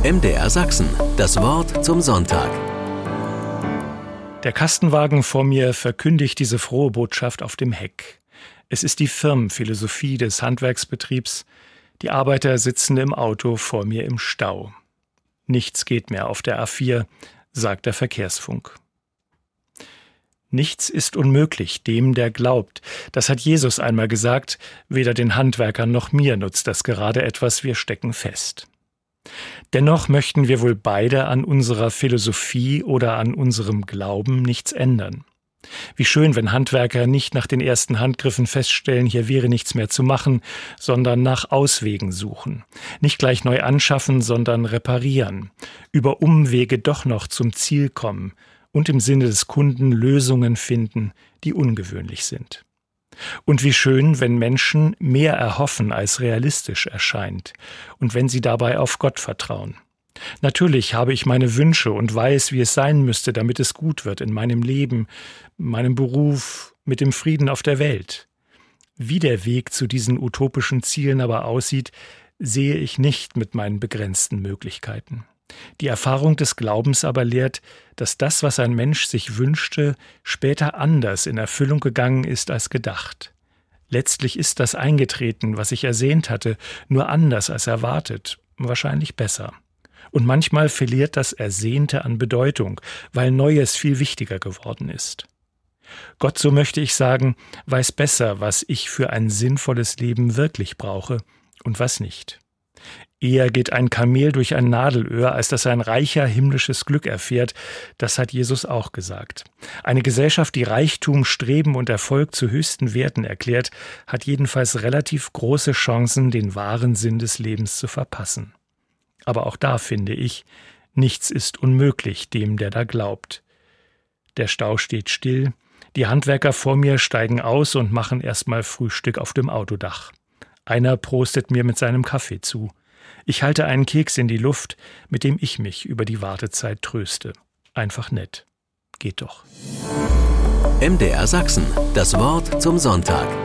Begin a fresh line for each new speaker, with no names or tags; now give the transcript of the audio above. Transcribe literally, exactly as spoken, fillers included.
M D R Sachsen, das Wort zum Sonntag.
Der Kastenwagen vor mir verkündigt diese frohe Botschaft auf dem Heck. Es ist die Firmenphilosophie des Handwerksbetriebs. Die Arbeiter sitzen im Auto vor mir im Stau. Nichts geht mehr auf der A vier, sagt der Verkehrsfunk. Nichts ist unmöglich dem, der glaubt. Das hat Jesus einmal gesagt. Weder den Handwerkern noch mir nutzt das gerade etwas, wir stecken fest. Dennoch möchten wir wohl beide an unserer Philosophie oder an unserem Glauben nichts ändern. Wie schön, wenn Handwerker nicht nach den ersten Handgriffen feststellen, hier wäre nichts mehr zu machen, sondern nach Auswegen suchen. Nicht gleich neu anschaffen, sondern reparieren. Über Umwege doch noch zum Ziel kommen und im Sinne des Kunden Lösungen finden, die ungewöhnlich sind. Und wie schön, wenn Menschen mehr erhoffen, als realistisch erscheint und wenn sie dabei auf Gott vertrauen. Natürlich habe ich meine Wünsche und weiß, wie es sein müsste, damit es gut wird in meinem Leben, meinem Beruf, mit dem Frieden auf der Welt. Wie der Weg zu diesen utopischen Zielen aber aussieht, sehe ich nicht mit meinen begrenzten Möglichkeiten. Die Erfahrung des Glaubens aber lehrt, dass das, was ein Mensch sich wünschte, später anders in Erfüllung gegangen ist als gedacht. Letztlich ist das eingetreten, was ich ersehnt hatte, nur anders als erwartet, wahrscheinlich besser. Und manchmal verliert das Ersehnte an Bedeutung, weil Neues viel wichtiger geworden ist. Gott, so möchte ich sagen, weiß besser, was ich für ein sinnvolles Leben wirklich brauche und was nicht. Eher geht ein Kamel durch ein Nadelöhr, als dass er ein reicher himmlisches Glück erfährt. Das hat Jesus auch gesagt. Eine Gesellschaft, die Reichtum, Streben und Erfolg zu höchsten Werten erklärt, hat jedenfalls relativ große Chancen, den wahren Sinn des Lebens zu verpassen. Aber auch da finde ich, nichts ist unmöglich dem, der da glaubt. Der Stau steht still, die Handwerker vor mir steigen aus und machen erstmal Frühstück auf dem Autodach. Einer prostet mir mit seinem Kaffee zu. Ich halte einen Keks in die Luft, mit dem ich mich über die Wartezeit tröste. Einfach nett. Geht doch.
M D R Sachsen, das Wort zum Sonntag.